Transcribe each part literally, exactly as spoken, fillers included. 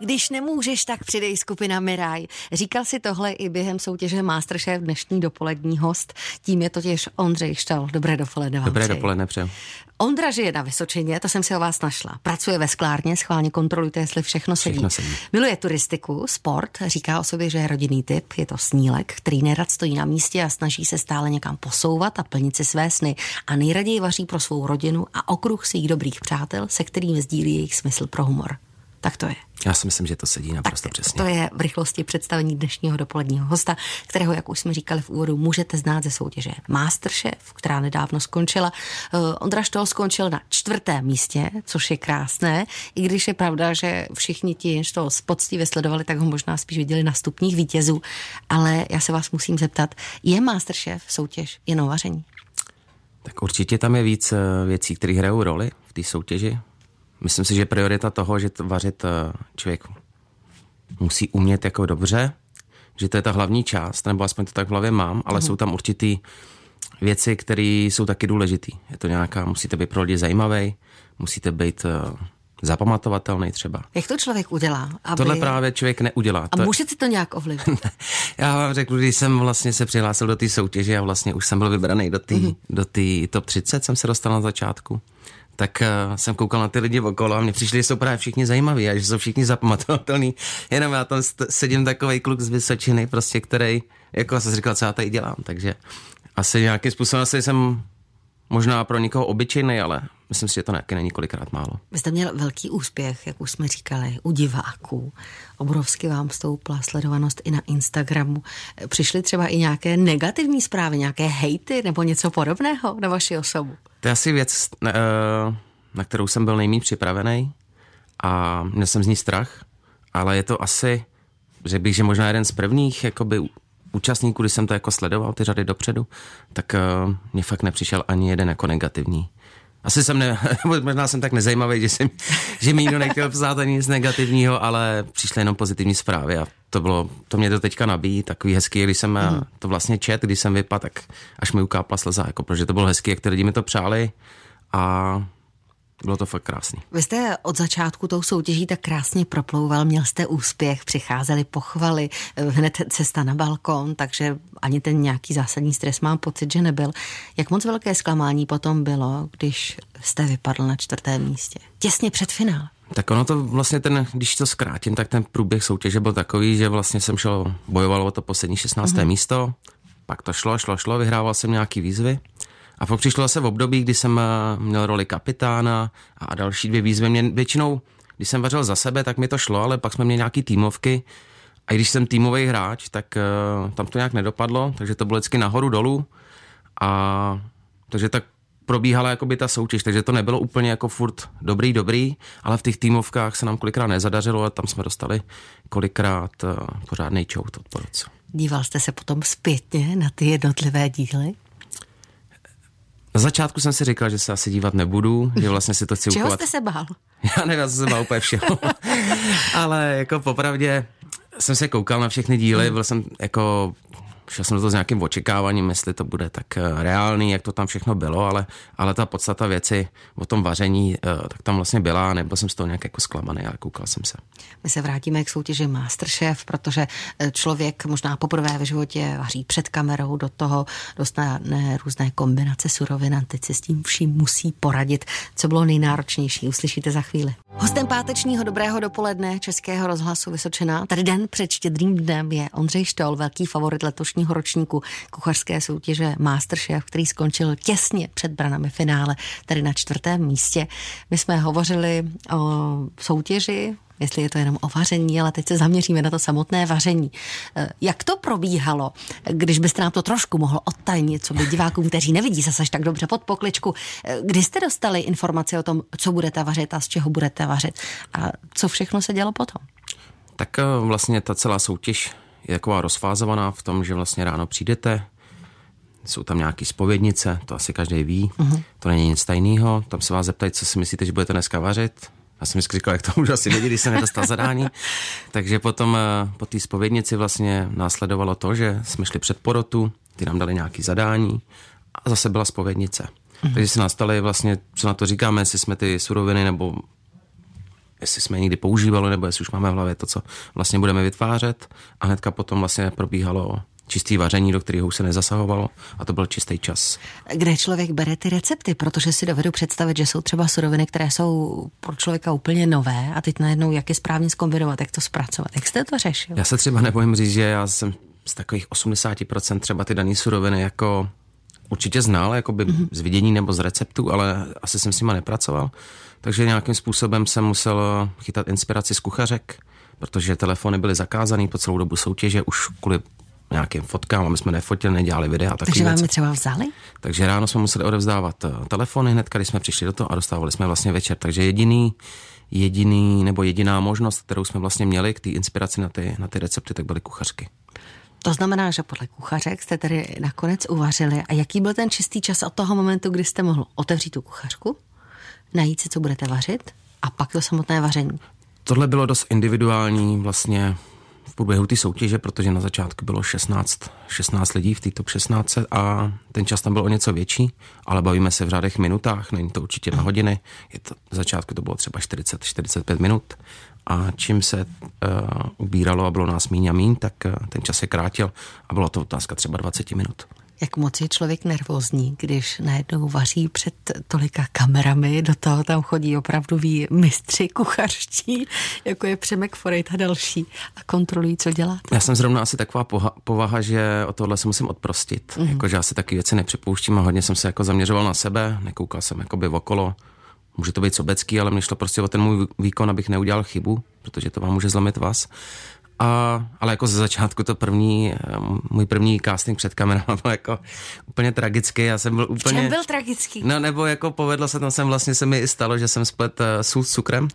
Když nemůžeš, tak přidej skupina Miraj. Říkal si tohle i během soutěže Masterchef dnešní dopolední host. Tím je totiž Ondřej Štal. Dobré dopoledne vám. Dobré dopoledne, přeju. Ondra žije na Vysočině, to jsem si o vás našla. Pracuje ve sklárně, schválně kontrolujte, jestli všechno sedí. Všechno sedí. Miluje turistiku, sport, říká o sobě, že je rodinný typ, je to snílek, který nerad stojí na místě a snaží se stále někam posouvat a plnit si své sny. A nejraději vaří pro svou rodinu a okruh svých dobrých přátel, se kterými sdílí jejich smysl pro humor. Tak to je. Já si myslím, že to sedí naprosto tak přesně. To je v rychlosti představení dnešního dopoledního hosta, kterého, jak už jsme říkali v úvodu, můžete znát ze soutěže Masterchef, která nedávno skončila. Ondra Štol skončil na čtvrtém místě, což je krásné, i když je pravda, že všichni ti, jenž to poctivě sledovali, tak ho možná spíš viděli na stupních vítězů. Ale já se vás musím zeptat, je Masterchef soutěž jenom vaření? Tak určitě tam je víc věcí, které hrajou roli v té soutěži. Myslím si, že priorita toho, že vařit člověk musí umět jako dobře, že to je ta hlavní část, nebo aspoň to tak v hlavě mám, ale mm. jsou tam určitý věci, které jsou taky důležitý. Je to nějaká, musíte být pro lidi zajímavý, musíte být uh, zapamatovatelný třeba. Jak to člověk udělá? Aby... Tohle právě člověk neudělá. A to... můžete to nějak ovlivnit? Já vám řeknu, když jsem vlastně se přihlásil do té soutěže a vlastně už jsem byl vybraný do té mm. do té top třicet, jsem se dostal na začátku. Tak uh, jsem koukal na ty lidi okolo a mně přišli, že jsou právě všichni zajímaví a že jsou všichni zapamatovatelní. Jenom já tam st- sedím takovej kluk z Vysočiny, prostě, který, jako jsem si říkal, co já tady dělám. Takže asi nějakým způsobem asi jsem možná pro někoho obyčejný, ale myslím si, že to nějaký není kolikrát málo. Vy jste měl velký úspěch, jak už jsme říkali, u diváků. Obrovsky vám stoupla sledovanost i na Instagramu. Přišly třeba i nějaké negativní zprávy, nějaké hejty nebo něco podobného na vaši osobu? To je asi věc, na kterou jsem byl nejméně připravený a měl jsem z ní strach, ale je to asi, že bych, že možná jeden z prvních jakoby účastníků, když jsem to jako sledoval ty řady dopředu, tak uh, mě fakt nepřišel ani jeden jako negativní. Asi jsem ne, možná jsem tak nezajímavý, že, jsem, že mi nikdo nechtěl psát ani nic negativního, ale přišly jenom pozitivní zprávy a to bylo, to mě to teďka nabíjí, takový hezký, když jsem mm. to vlastně čet, když jsem vypadl, tak až mi ukápla slza, jako, protože to bylo hezký, jak ty lidi mi to přáli a bylo to fakt krásný. Vy jste od začátku tou soutěží tak krásně proplouval, měl jste úspěch, přicházely pochvaly, hned cesta na balkon, takže ani ten nějaký zásadní stres mám pocit, že nebyl. Jak moc velké zklamání potom bylo, když jste vypadl na čtvrtém místě? Těsně před finále. Tak ono to vlastně ten, když to zkrátím, tak ten průběh soutěže byl takový, že vlastně jsem šel, bojoval o to poslední šestnácté Mm-hmm. místo, pak to šlo, šlo, šlo, vyhrával jsem nějaký výzvy. A pak přišlo zase v období, kdy jsem měl roli kapitána a další dvě výzvy. Mě většinou, když jsem vařil za sebe, tak mi to šlo, ale pak jsme měli nějaký týmovky. A když jsem týmový hráč, tak uh, tam to nějak nedopadlo, takže to bylo vždycky nahoru dolů. A takže tak probíhala jakoby ta soutěž, takže to nebylo úplně jako furt dobrý, dobrý, ale v těch týmovkách se nám kolikrát nezadařilo a tam jsme dostali kolikrát uh, pořádnej čout od porodců. Díval jste se potom zpětně na ty jednotlivé díly? Na začátku jsem si říkal, že se asi dívat nebudu, že vlastně si to chci Čeho uchovat. Čeho jste se bál? Já nevím, já jsem se bál úplně všeho. Ale jako popravdě jsem se koukal na všechny díly, byl jsem jako, šel jsem do toho s nějakým očekáváním, jestli to bude tak reálný, jak to tam všechno bylo, ale, ale ta podstata věci o tom vaření, tak tam vlastně byla, nebyl jsem z toho nějak jako zklamaný, ale koukal jsem se. My se vrátíme k soutěži Masterchef, protože člověk možná poprvé v životě vaří před kamerou, do toho dostane různé kombinace surovin a teď se s tím vším musí poradit. Co bylo nejnáročnější, uslyšíte za chvíli. Hostem pátečního dobrého dopoledne Českého rozhlasu Vysočina, tady den před Štědrým dnem, je Ondřej Štol, velký favorit letošního ročníku kuchařské soutěže Masterchef, který skončil těsně před branami finále, tady na čtvrtém místě. My jsme hovořili o soutěži, jestli je to jenom o vaření, ale teď se zaměříme na to samotné vaření. Jak to probíhalo, když byste nám to trošku mohl odtajnit, co by divákům, kteří nevidí zase až tak dobře pod pokličku, kdy jste dostali informace o tom, co budete vařit a z čeho budete vařit a co všechno se dělo potom? Tak vlastně ta celá soutěž je taková rozfázovaná v tom, že vlastně ráno přijdete, jsou tam nějaký zpovědnice, to asi každý ví, uh-huh. To není nic tajného, tam se vás zeptají, co si myslíte, že budete dneska vařit. Já jsem vždycky říkal, jak to můžu asi vědět, když jsem nedostal zadání. Takže potom po té zpovědnici vlastně následovalo to, že jsme šli před porotu, ty nám dali nějaké zadání a zase byla zpovědnice. Uh-huh. Takže se nastaly vlastně, co na to říkáme, jestli jsme ty suroviny nebo jestli jsme je někdy používali, nebo jestli už máme v hlavě to, co vlastně budeme vytvářet. A hnedka potom vlastně probíhalo čistý vaření, do kterého už se nezasahovalo a to byl čistý čas. Kde člověk bere ty recepty? Protože si dovedu představit, že jsou třeba suroviny, které jsou pro člověka úplně nové a teď najednou jak je správně zkombinovat, jak to zpracovat. Jak jste to řešil? Já se třeba nebojím říct, že já jsem z takových osmdesát procent třeba ty dané suroviny jako určitě znal, jakoby mm-hmm. z vidění nebo z receptů, ale asi jsem s nima nepracoval. Takže nějakým způsobem jsem musel chytat inspiraci z kuchařek, protože telefony byly zakázaný po celou dobu soutěže, už kvůli nějakým fotkám, a my jsme nefotili, nedělali videa. Takže vám je třeba vzali? Takže ráno jsme museli odevzdávat telefony hned, když jsme přišli do toho a dostávali jsme vlastně večer. Takže jediný, jediný nebo jediná možnost, kterou jsme vlastně měli k té inspiraci na ty, na ty recepty, tak byly kuchařky. To znamená, že podle kuchařek jste tedy nakonec uvařili. A jaký byl ten čistý čas od toho momentu, kdy jste mohl otevřít tu kuchařku, najít si, co budete vařit a pak to samotné vaření? Tohle bylo dost individuální vlastně v průběhu té soutěže, protože na začátku bylo šestnáct, šestnáct lidí v té top šestnáct a ten čas tam byl o něco větší, ale bavíme se v řádech minutách, není to určitě na hodiny. Je to, v začátku to bylo třeba čtyřicet čtyřicet pět minut a čím se uh, ubíralo a bylo nás míň a míň, tak uh, ten čas se krátil a byla to otázka třeba dvacet minut. Jak moc je člověk nervózní, když najednou vaří před tolika kamerami, do toho tam chodí opravdoví mistři kuchařští, jako je Přemek Forejt a další a kontrolují, co dělá. Já jsem zrovna asi taková poha- povaha, že o tohle se musím odprostit. Mm-hmm. Jakože já si taky věci nepřipouštím a hodně jsem se jako zaměřoval na sebe, nekoukal jsem jakoby okolo. Může to být sobecký, ale mě šlo prostě o ten můj výkon, abych neudělal chybu, protože to vám může zlomit vás. A, ale jako ze začátku to první, můj první casting před kamerama byl jako úplně tragický. Já jsem byl úplně... V čem byl tragický? No nebo jako povedlo se, tam jsem vlastně se mi i stalo, že jsem splet uh, sůl s cukrem.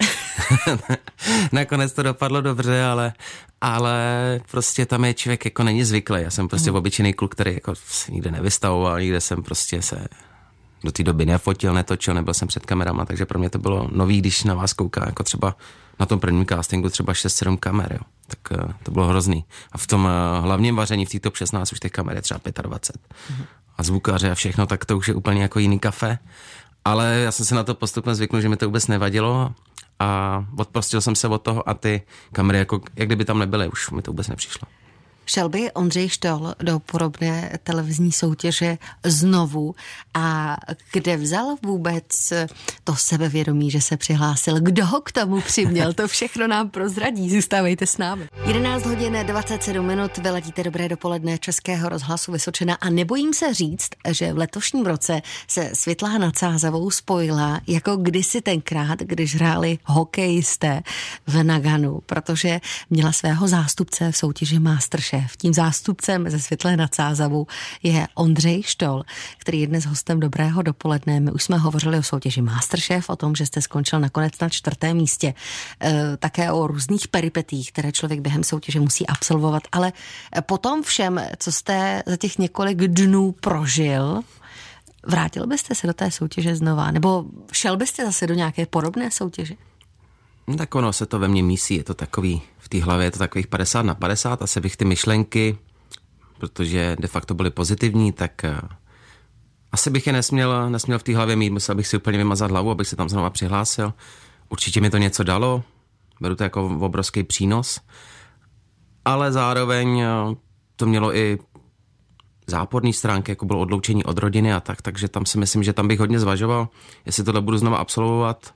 Nakonec to dopadlo dobře, ale, ale prostě tam je člověk jako není zvyklý. Já jsem prostě mm. obyčejný kluk, který jako se nikde nevystavoval, nikde jsem prostě se do té doby nefotil, netočil, nebyl jsem před kamerama, takže pro mě to bylo nový, když na vás kouká jako třeba na tom prvním castingu třeba šest sedm kamer, jo. Tak uh, to bylo hrozný. A v tom uh, hlavním vaření v té top šestnáct už těch kamer je třeba dvacet pět. Mm-hmm. A zvukaře a všechno, tak to už je úplně jako jiný kafe. Ale já jsem se na to postupně zvyknul, že mi to vůbec nevadilo a odprostil jsem se od toho a ty kamery, jako, jak kdyby tam nebyly, už mi to vůbec nepřišlo. Šel by Ondřej Štohl do podobné televizní soutěže znovu a kde vzal vůbec to sebevědomí, že se přihlásil? Kdo ho k tomu přiměl? To všechno nám prozradí. Zůstávejte s námi. jedenáct hodin dvacet sedm minut, vyletíte dobré dopoledne Českého rozhlasu Vysočina a nebojím se říct, že v letošním roce se Světlana nad Sázavou spojila jako kdysi tenkrát, když hráli hokejisté v Naganu, protože měla svého zástupce v soutěži Masterchef. Tím zástupcem ze Světlé nad Sázavou je Ondřej Štohl, který je dnes hostem Dobrého dopoledne. My už jsme hovořili o soutěži Masterchef, o tom, že jste skončil nakonec na čtvrtém místě. E, také o různých peripetích, které člověk během soutěže musí absolvovat. Ale potom všem, co jste za těch několik dnů prožil, vrátil byste se do té soutěže znova? Nebo šel byste zase do nějaké podobné soutěže? No tak ono se to ve mně mísí, je to takový, v té hlavě je to takových padesát na padesát, asi bych ty myšlenky, protože de facto byly pozitivní, tak uh, asi bych je nesměl, nesměl v té hlavě mít, musel bych si úplně vymazat hlavu, abych se tam znova přihlásil. Určitě mi to něco dalo, beru to jako obrovský přínos, ale zároveň uh, to mělo i záporné stránky, jako bylo odloučení od rodiny a tak, takže tam si myslím, že tam bych hodně zvažoval, jestli tohle budu znova absolvovat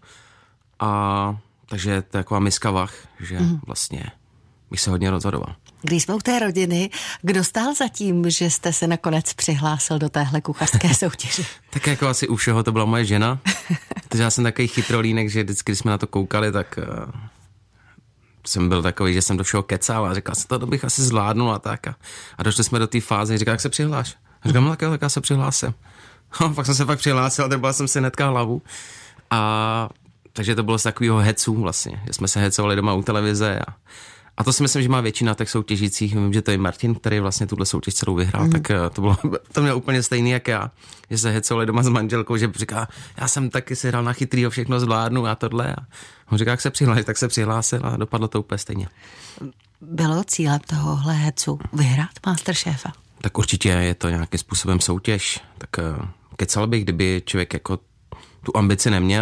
a takže to je taková miska vah, že mm. vlastně bych se hodně rozhodoval. Když jsme u té rodiny, kdo stál za tím, že jste se nakonec přihlásil do téhle kuchařské soutěže? Tak jako asi u všeho to byla moje žena, protože já jsem takový chytrolínek, že vždycky, když jsme na to koukali, tak uh, jsem byl takový, že jsem do všeho kecal a říkal jsem, to bych asi zvládnul a tak. A, a došli jsme do té fáze, říkal, jak se přihláš? A říkám, no tak jo, tak já se přihlásím. A pak jsem se pak přihlásil a třeba jsem si hnedka hlavu. A takže to bylo z takového hecu vlastně, že jsme se hecovali doma u televize a, a to si myslím, že má většina těch soutěžících. Vím, že to je Martin, který vlastně tuhle soutěž celou vyhrál, mm. tak to bylo to mělo úplně stejný jak já, že se hecovali doma s manželkou, že říká, já jsem taky si hrál na chytrýho, všechno zvládnu a tohle. A on říká, jak se přihlásil, tak se přihlásil a dopadlo to úplně stejně. Bylo cílem tohohle hecu vyhrát Masterchefa? Tak určitě je to nějakým způsobem soutěž, tak kecal bych, kdyby člověk jako tu ambici neměl,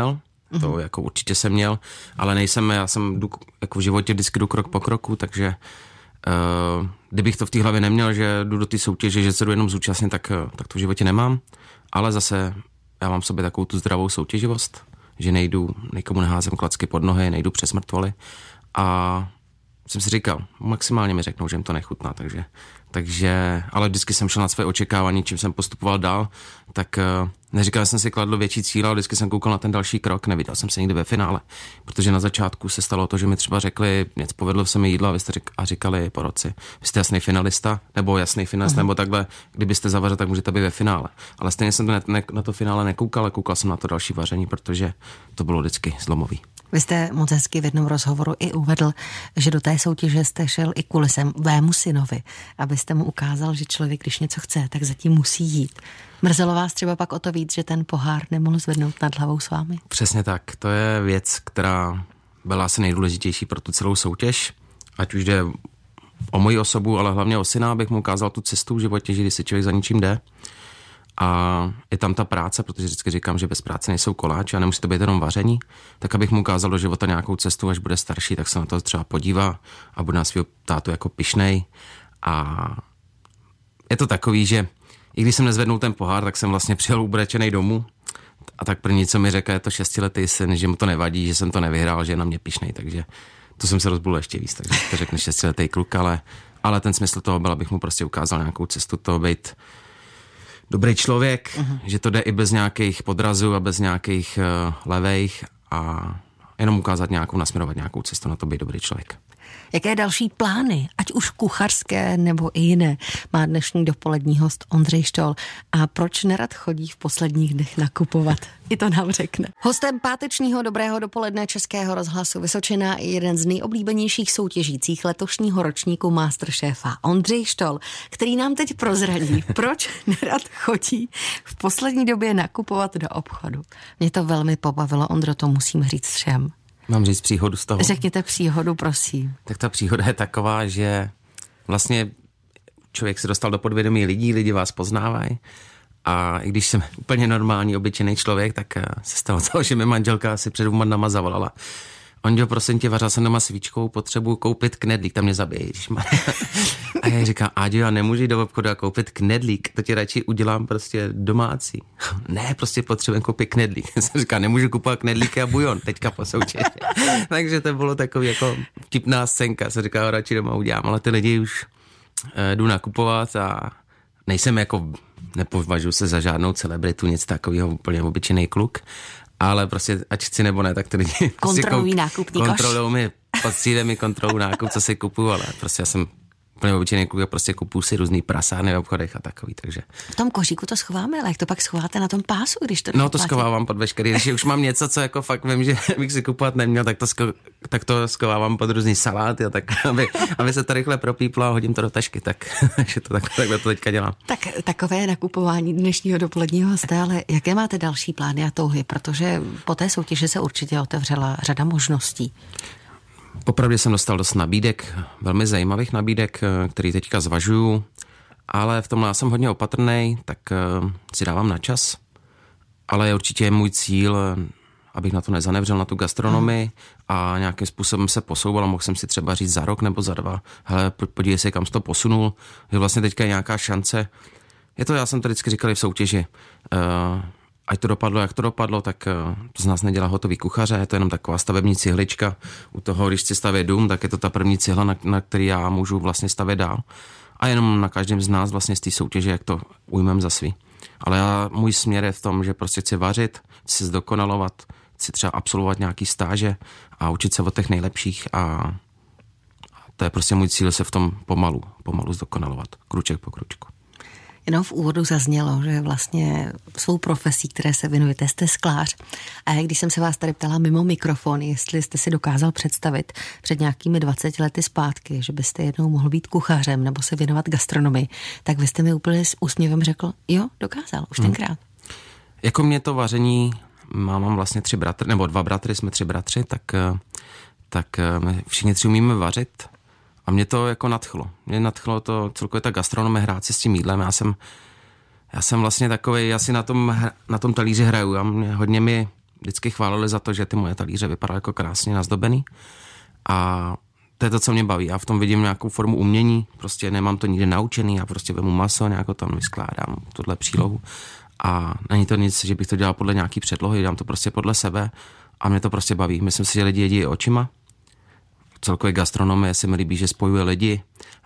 Mm-hmm. To jako určitě jsem měl, ale nejsem, já jsem jdu, jako v životě vždycky jdu krok po kroku, takže uh, kdybych to v té hlavě neměl, že jdu do té soutěže, že se jdu jenom zúčastnit, tak, tak to v životě nemám, ale zase já mám v sobě takovou tu zdravou soutěživost, že nejdu, nikomu neházím klacky pod nohy, nejdu přes mrtvoly a jsem si říkal, maximálně mi řeknou, že jim to nechutná, takže, takže ale vždycky jsem šel na své očekávání, čím jsem postupoval dál, tak uh, neříkal jsem si kladl větší cíle, ale vždycky jsem koukal na ten další krok, neviděl jsem se nikdy ve finále, protože na začátku se stalo to, že mi třeba řekli, něco povedlo se mi jídlo a vy jste řek, a říkali po roce, vy jste jasný finalista, nebo jasný finalista, uh-huh. nebo takhle, kdybyste zavařil, tak můžete být ve finále. Ale stejně jsem to ne, ne, na to finále nekoukal, ale koukal jsem na to další vaření, protože to bylo vždycky zlomový. Vy jste moc hezky v jednom rozhovoru i uvedl, že do té soutěže jste šel i kvůli svému synovi, abyste mu ukázal, že člověk, když něco chce, tak zatím musí jít. Mrzelo vás třeba pak o to víc, že ten pohár nemohl zvednout nad hlavou s vámi? Přesně tak. To je věc, která byla asi nejdůležitější pro tu celou soutěž. Ať už jde o moji osobu, ale hlavně o syna, abych mu ukázal tu cestu v životě, že když si člověk za ničím jde. A je tam ta práce, protože vždycky říkám, že bez práce nejsou koláče a nemusí to být jenom vaření, tak abych mu ukázal do života nějakou cestu, až bude starší, tak se na to třeba podívá a bude na svého tátu jako pyšnej. A je to takový, že i když jsem nezvednul ten pohár, tak jsem vlastně přijel ubrečenej domů a tak první, co mi řekl, je to šestiletý syn, že mu to nevadí, že jsem to nevyhrál, že je na mě pyšnej, takže to jsem se rozbudil ještě víc, takže to řekne šestiletý kluk, ale, ale ten smysl toho byl, abych mu prostě ukázal nějakou cestu toho být dobrý člověk, uh-huh. že to jde i bez nějakých podrazů a bez nějakých uh, levejch a jenom ukázat nějakou, nasměrovat nějakou cestu na to být dobrý člověk. Jaké další plány, ať už kuchařské nebo i jiné, má dnešní dopolední host Ondřej Štohl a proč nerad chodí v posledních dnech nakupovat? I to nám řekne. Hostem pátečního dobrého dopoledne Českého rozhlasu Vysočina je jeden z nejoblíbenějších soutěžících letošního ročníku Masterchefa Ondřej Štohl, který nám teď prozradí, proč nerad chodí v poslední době nakupovat do obchodu. Mě to velmi pobavilo, Ondro, to musím říct všem. Mám říct příhodu z toho? Řekněte příhodu, prosím. Tak ta příhoda je taková, že vlastně člověk se dostal do podvědomí lidí, lidi vás poznávají a i když jsem úplně normální, obyčejný člověk, tak se stalo to, že mi manželka asi před dvěma dnama zavolala. Onďo, prosím tě, vařil jsem doma svíčkou, potřebuju koupit knedlík, tam mě zabije, ježišmarja. A já říkám, Áďo, já nemůžu jít do obchodu a koupit knedlík, to ti radši udělám prostě domácí. Ne, prostě potřebuji koupit knedlík. Jsem říkal, nemůžu kupovat knedlíky a bujon, teďka po soutěži. Takže to bylo takový jako vtipná scénka, se říká, radši doma udělám, ale ty lidi už eh, jdu nakupovat a nejsem jako, nepovažuji se za žádnou celebritu, nic takového, úplně obyčejný kluk. Ale prostě, ať chci nebo ne, tak ty lidi... Kontrolují nákupní koš. Kontrolují mi, pocíle mi kontrolují nákup, co si kupuju, ale prostě já jsem úplně obyčejný kluk, prostě kupuju si různý prasárny v obchodech a takový, takže... V tom košíku to schováme, ale jak to pak schováte na tom pásu, když to... No to schovávám pod veškerý, když už mám něco, co jako fakt vím, že bych si kupovat neměl, tak to, sko- tak to schovávám pod různý saláty a tak, aby, aby se to rychle propíplo a hodím to do tašky, tak takže to tak, takhle to teďka dělám. Tak takové nakupování dnešního dopoledního hosta, ale jaké máte další plány a touhy, protože po té soutěži se určitě otevřela řada možností. Popravdě jsem dostal dost nabídek, velmi zajímavých nabídek, který teďka zvažuju, ale v tomhle já jsem hodně opatrnej, tak si dávám na čas, ale určitě je můj cíl, abych na to nezanevřel, na tu gastronomii a nějakým způsobem se posouval a mohl jsem si třeba říct za rok nebo za dva, hele, podívej se, kam jsi to posunul, že vlastně teďka je nějaká šance. Je to, já jsem to vždycky říkal i v soutěži, uh, ať to dopadlo, jak to dopadlo, tak to z nás nedělá hotový kuchaře, je to jenom taková stavební cihlička. U toho, když chci stavět dům, tak je to ta první cihla, na, na který já můžu vlastně stavět dál. A jenom na každém z nás vlastně z té soutěže, jak to ujmem za svý. Ale já, můj směr je v tom, že prostě chci vařit, chci zdokonalovat, chci třeba absolvovat nějaký stáže a učit se od těch nejlepších a to je prostě můj cíl se v tom pomalu, pomalu zdokonalovat, kruček po kručku. Jenom v úvodu zaznělo, že vlastně svou profesí, které se věnujete, jste sklář. A když jsem se vás tady ptala mimo mikrofon, jestli jste si dokázal představit před nějakými dvaceti lety zpátky, že byste jednou mohl být kuchařem nebo se věnovat gastronomii, tak vy jste mi úplně s úsměvem řekl, jo, dokázal, už tenkrát. Hmm. Jako mě to vaření, mám, mám vlastně tři bratry, nebo dva bratry, jsme tři bratři, tak, tak my všichni tři umíme vařit. A mě to jako nadchlo. Mě nadchlo to celkově ta gastronomie, hrát si s tím jídlem. Já jsem, já jsem vlastně takovej, já si na tom, na tom talíři hraju. Já mě, hodně mi vždycky chválili za to, že ty moje talíře vypadaly jako krásně nazdobený. A to je to, co mě baví. Já v tom vidím nějakou formu umění, prostě nemám to nikdy naučený, já prostě vemu maso, nějak ho tam vyskládám, tuhle přílohu. A není to nic, že bych to dělal podle nějaký předlohy, dělám to prostě podle sebe a mě to prostě baví. Myslím si, že lidi jedí očima. Celkově gastronomie se mi líbí, že spojuje lidi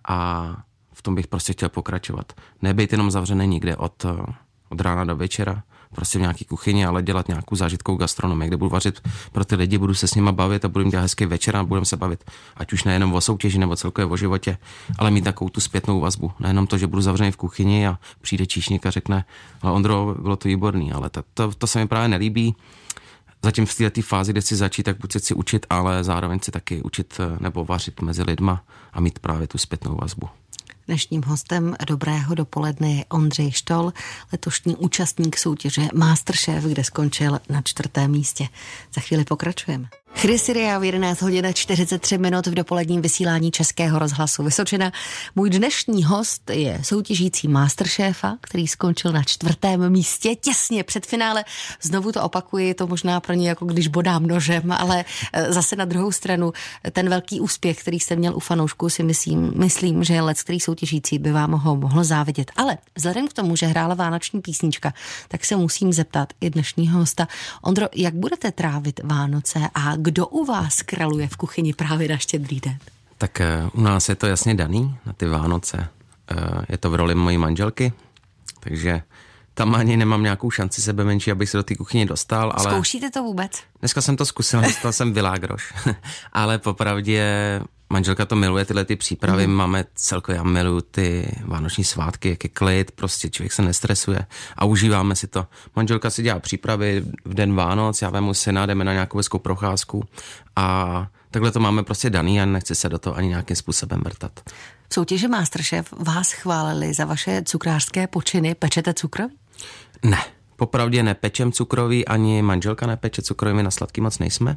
a v tom bych prostě chtěl pokračovat. Nebejt jenom zavřený nikde od, od rána do večera, prostě v nějaký kuchyni, ale dělat nějakou zážitkovou gastronomii, kde budu vařit pro ty lidi, budu se s nima bavit a budu jim dělat hezký večer a budeme se bavit, ať už nejenom o soutěži nebo celkově o životě, ale mít takovou tu zpětnou vazbu. Nejenom to, že budu zavřený v kuchyni a přijde číšník a řekne, ale Ondro, bylo to výborný, ale to, to, to se mi právě nelíbí. Zatím v této fázi, kde chci začít, tak buď se chci učit, ale zároveň si taky učit nebo vařit mezi lidma a mít právě tu zpětnou vazbu. Dnešním hostem Dobrého dopoledne je Ondřej Štol, letošní účastník soutěže Masterchef, kde skončil na čtvrtém místě. Za chvíli pokračujeme. Chrysiria v jedenáct hodin čtyřicet tři minut v dopoledním vysílání Českého rozhlasu Vysočina. Můj dnešní host je soutěžící Masterchefa, který skončil na čtvrtém místě, těsně před finále. Znovu to opakuji, je to možná pro ně jako když bodám nožem, ale zase na druhou stranu ten velký úspěch, který jste měl u fanoušků, si myslím, myslím, že lec, který soutěžící by vám ho mohl závidět. Ale vzhledem k tomu, že hrála vánoční písnička, tak se musím zeptat i dnešního hosta. Ondro, jak budete trávit Vánoce a kdo u vás králuje v kuchyni právě na Štědrý den? Tak u nás je to jasně daný na ty Vánoce. Je to v roli mojí manželky, takže tam ani nemám nějakou šanci sebe menší, abych se do té kuchyně dostal. Ale zkoušíte to vůbec? Dneska jsem to zkusil, dostal jsem világroš. Ale popravdě manželka to miluje, tyhle ty přípravy. Mm. Máme celkově, já miluju ty vánoční svátky, jak je klid, prostě člověk se nestresuje a užíváme si to. Manželka si dělá přípravy v den Vánoc, já vemu syna, jdeme na nějakou hezkou procházku a takhle to máme prostě daný a nechci se do toho ani nějakým způsobem vrtat. V soutěži Masterchef vás chválili za vaše cukrářské počiny. Pečete cukr? Ne, popravdě nepečem cukroví, ani manželka nepeče cukroví, my na sladký moc nejsme.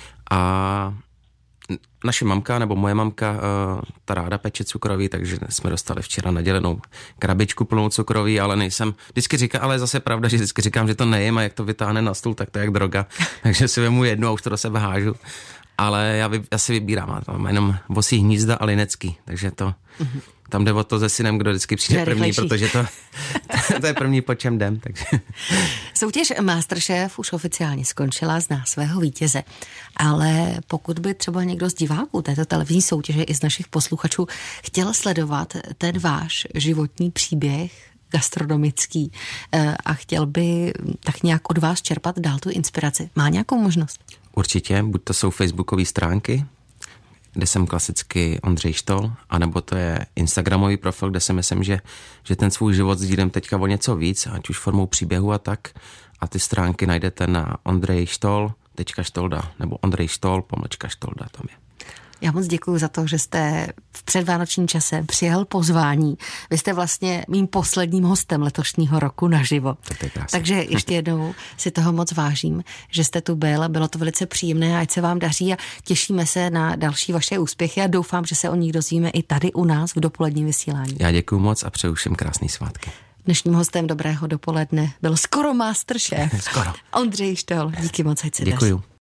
A naše mamka, nebo moje mamka, ta ráda peče cukroví, takže jsme dostali včera nadělenou krabičku plnou cukroví, ale nejsem, vždycky říkám, ale je zase pravda, že vždycky říkám, že to nejím a jak to vytáhne na stůl, tak to je jak droga, takže si vemu jednu a už to do sebe hážu. Ale já, vy, já si vybírám, mám jenom bosí hnízda a linecký, takže to, mm-hmm. tam jde o to se synem, kdo vždycky přijde první, protože to, to je první, po čem jdem. Takže. Soutěž Masterchef už oficiálně skončila, zná svého vítěze, ale pokud by třeba někdo z diváků této televizní soutěže i z našich posluchačů chtěl sledovat ten váš životní příběh, gastronomický, a chtěl by tak nějak od vás čerpat dál tu inspiraci, má nějakou možnost? Určitě, buď to jsou facebookové stránky, kde jsem klasicky Ondřej Štol, anebo to je instagramový profil, kde si myslím, že, že ten svůj život sdílím teďka o něco víc, ať už formou příběhu a tak. A ty stránky najdete na ondrejštol tečka štolda nebo Ondřej Štol pomlčka štolda, tam je. Já moc děkuji za to, že jste v předvánočním čase přijal pozvání. Vy jste vlastně mým posledním hostem letošního roku naživo. Takže ještě jednou si toho moc vážím, že jste tu byl. Bylo to velice příjemné, ať se vám daří a těšíme se na další vaše úspěchy a doufám, že se o nich dozvíme i tady u nás v dopoledním vysílání. Já děkuji moc a přeju všem krásný svátky. Dnešním hostem Dobrého dopoledne byl skoro Masterchef. Skoro. Ondřej Štol. Díky moc, ať se Děkuju.